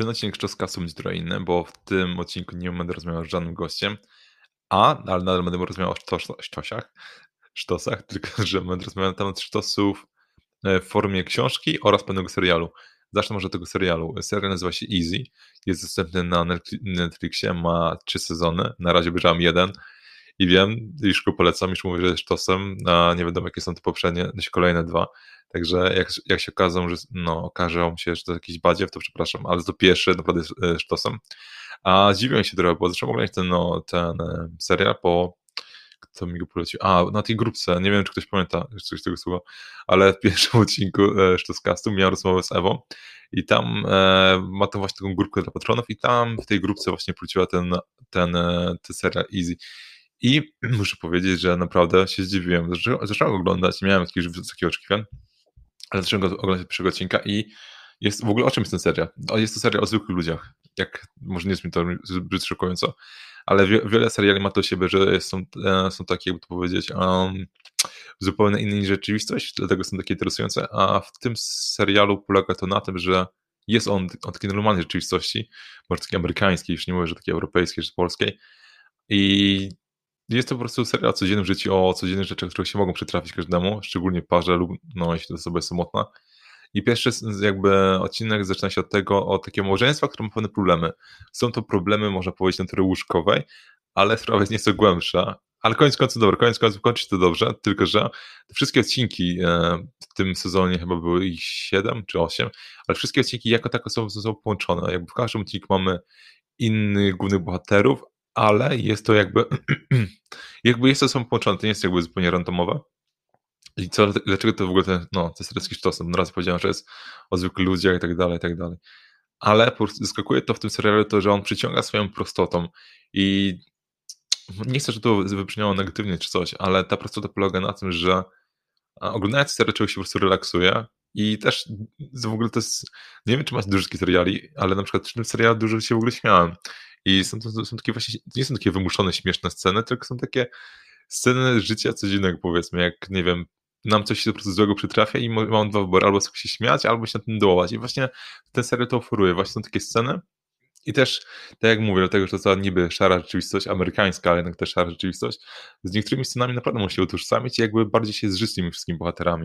ten odcinek Szczoskastu będzie trochę inny, bo w tym odcinku nie będę rozmawiał z żadnym gościem, ale nadal będę rozmawiał o sztosach, tylko że będę rozmawiał na temat sztosów w formie książki oraz pewnego serialu. Zacznę może od tego serialu. Serial nazywa się Easy, jest dostępny na Netflixie, ma 3 sezony, na razie obejrzałem jeden i wiem, już go polecam, już mówię, że jest sztosem, a nie wiadomo jakie są te poprzednie, kolejne 2, także jak się okażą się, że to jakiś badziew, to przepraszam, ale to pierwszy naprawdę jest sztosem. A zdziwiłem się trochę, bo zacząłem oglądać ten serial, bo kto mi go polecił? Na tej grupce, nie wiem, czy ktoś pamięta coś tego słowa, ale w pierwszym odcinku Sztoskastu miałem rozmowę z Ewą i tam ma tą właśnie taką grupkę dla patronów i tam w tej grupce właśnie poleciła ten serial Easy. I muszę powiedzieć, że naprawdę się zdziwiłem. Zacząłem go oglądać, nie miałem jakichś wysokich oczekiwań, ale zacząłem go oglądać pierwszego odcinka i jest w ogóle o czym jest ten serial? Jest to serial o zwykłych ludziach. Może nie jest mi to zbyt szokująco, ale wiele seriali ma to do siebie, że są takie, jakby to powiedzieć, zupełnie inne niż rzeczywistość, dlatego są takie interesujące, a w tym serialu polega to na tym, że jest on takiej normalnej rzeczywistości, może takiej amerykańskiej, już nie mówię, że takiej europejskiej, czy polskiej, i jest to po prostu serial o codziennym życiu, o codziennych rzeczach, które się mogą przytrafić każdemu, szczególnie parze lub jeśli osoba jest samotna. I pierwszy jakby odcinek zaczyna się od takiego małżeństwa, które ma pewne problemy. Są to problemy, można powiedzieć, natury łóżkowej, ale sprawa jest nieco głębsza. Ale koniec końców kończy to dobrze, tylko że te wszystkie odcinki w tym sezonie chyba były ich 7 czy 8, ale wszystkie odcinki jako tako są połączone. Jakby w każdym odcinku mamy innych głównych bohaterów, ale jest to jakby jest to są połączone, to nie jest jakby zupełnie randomowe. I dlaczego to w ogóle to jest taki sztosem? No raz powiedziałem, że jest o zwykłych ludziach i tak dalej, i tak dalej. Ale po prostu zaskakuje to w tym serialu to, że on przyciąga swoją prostotą i nie chcę, żeby to wybrzmiało negatywnie czy coś, ale ta prostota polega na tym, że oglądając serial człowiek się po prostu relaksuje i też w ogóle to jest, nie wiem czy masz dużo takich seriali, ale na przykład w tym serialu dużo się w ogóle śmiałem i są takie właśnie, nie są takie wymuszone, śmieszne sceny, tylko są takie sceny życia codziennego, powiedzmy, jak nie wiem, nam coś się po prostu złego przytrafia i mam 2 wybory, albo sobie się śmiać, albo się na tym dołować i właśnie ten serial to oferuje, właśnie są takie sceny i też, tak jak mówię, dlatego, że to niby szara rzeczywistość, amerykańska, ale jednak też szara rzeczywistość, z niektórymi scenami naprawdę można się utożsamić i jakby bardziej się zżyć z tymi wszystkimi bohaterami.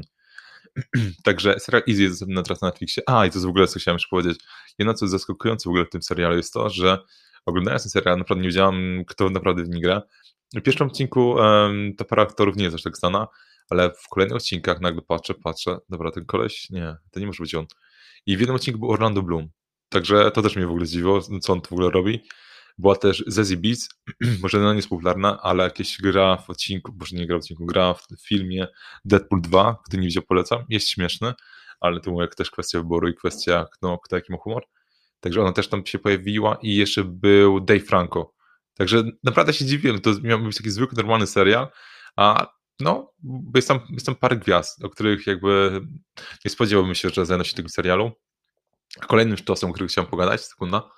Także serial Easy jest dostępny teraz na Netflixie. I to jest w ogóle, co chciałem jeszcze powiedzieć. Jedno, co jest zaskakujące w ogóle w tym serialu jest to, że oglądając ten serial, naprawdę nie wiedziałem, kto naprawdę w nim gra. W pierwszym odcinku ta para aktorów nie jest aż tak znana, ale w kolejnych odcinkach nagle patrzę, dobra, ten koleś, nie, to nie może być on. I w jednym odcinku był Orlando Bloom, także to też mnie w ogóle zdziwiło, co on tu w ogóle robi. Była też Zazie Beetz, może ona nie jest popularna, ale jakieś gra w odcinku, może nie gra w odcinku, gra w filmie Deadpool 2, kto nie widział, polecam, jest śmieszny, ale to była też kwestia wyboru i kwestia, kto jaki ma humor. Także ona też tam się pojawiła i jeszcze był Dave Franco. Także naprawdę się dziwiłem, to miał być taki zwykły, normalny serial, a jest tam parę gwiazd, o których jakby nie spodziewałbym się, że zajmą się tego serialu. Kolejnym sztosem, o którym chciałem pogadać, sekunda,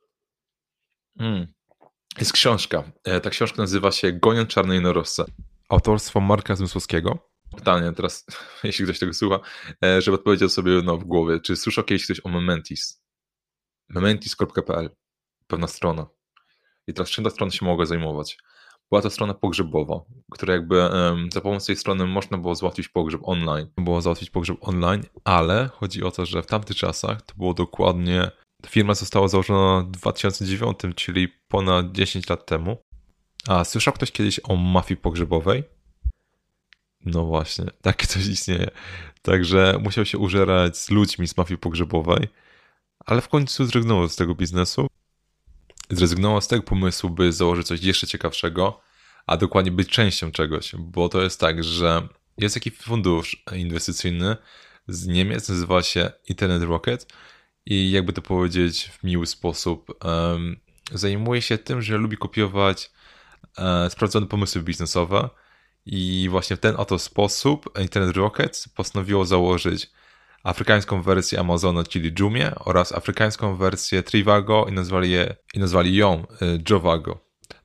jest książka. Ta książka nazywa się Goniąc czarne jednorożce. Autorstwo Marka Zmysłowskiego. Pytanie teraz, jeśli ktoś tego słucha, żeby odpowiedział sobie w głowie, czy słyszał kiedyś ktoś o Mementis? Mementis.pl, pewna strona. I teraz czym ta strona się mogła zajmować? Była to strona pogrzebowa, która jakby za pomocą tej strony można było załatwić pogrzeb online. Ale chodzi o to, że w tamtych czasach to było dokładnie, firma została założona w 2009, czyli ponad 10 lat temu. A słyszał ktoś kiedyś o mafii pogrzebowej? No właśnie, takie coś istnieje. Także musiał się użerać z ludźmi z mafii pogrzebowej, ale w końcu zrezygnował z tego biznesu. Zrezygnował z tego pomysłu, by założyć coś jeszcze ciekawszego, a dokładnie być częścią czegoś, bo to jest tak, że jest jakiś fundusz inwestycyjny z Niemiec, nazywa się Internet Rocket i jakby to powiedzieć w miły sposób, zajmuje się tym, że lubi kopiować sprawdzone pomysły biznesowe i właśnie w ten oto sposób Internet Rocket postanowiło założyć afrykańską wersję Amazona, czyli Jumie, oraz afrykańską wersję Trivago i nazwali ją Jovago.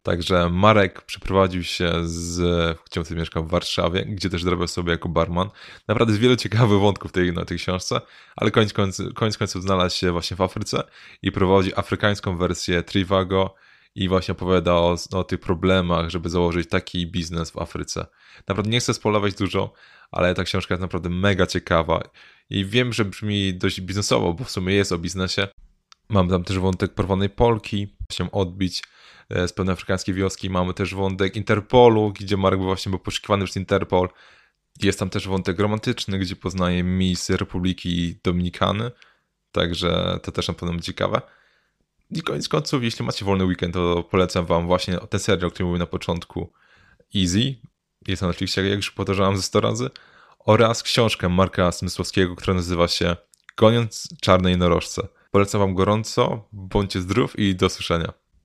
Także Marek przeprowadził się gdzie on wtedy mieszkał, w Warszawie, gdzie też zarabiał sobie jako barman. Naprawdę jest wiele ciekawych wątków na tej książce, ale koniec końców znalazł się właśnie w Afryce i prowadzi afrykańską wersję Trivago i właśnie opowiada o tych problemach, żeby założyć taki biznes w Afryce. Naprawdę nie chcę spoilować dużo, ale ta książka jest naprawdę mega ciekawa i wiem, że brzmi dość biznesowo, bo w sumie jest o biznesie. Mamy tam też wątek porwanej Polki, się odbić z pewnej afrykańskiej wioski. Mamy też wątek Interpolu, gdzie Marek właśnie był poszukiwany przez Interpol. Jest tam też wątek romantyczny, gdzie poznaje Miss Republiki Dominikany. Także to też na pewno będzie ciekawe. I koniec końców, jeśli macie wolny weekend, to polecam wam właśnie ten serial, o którym mówiłem na początku, Easy. Jest na Netflixie, jak już powtarzałem ze 100 razy. Oraz książkę Marka Smysłowskiego, która nazywa się Goniąc czarne jednorożce. Polecam wam gorąco, bądźcie zdrów i do usłyszenia.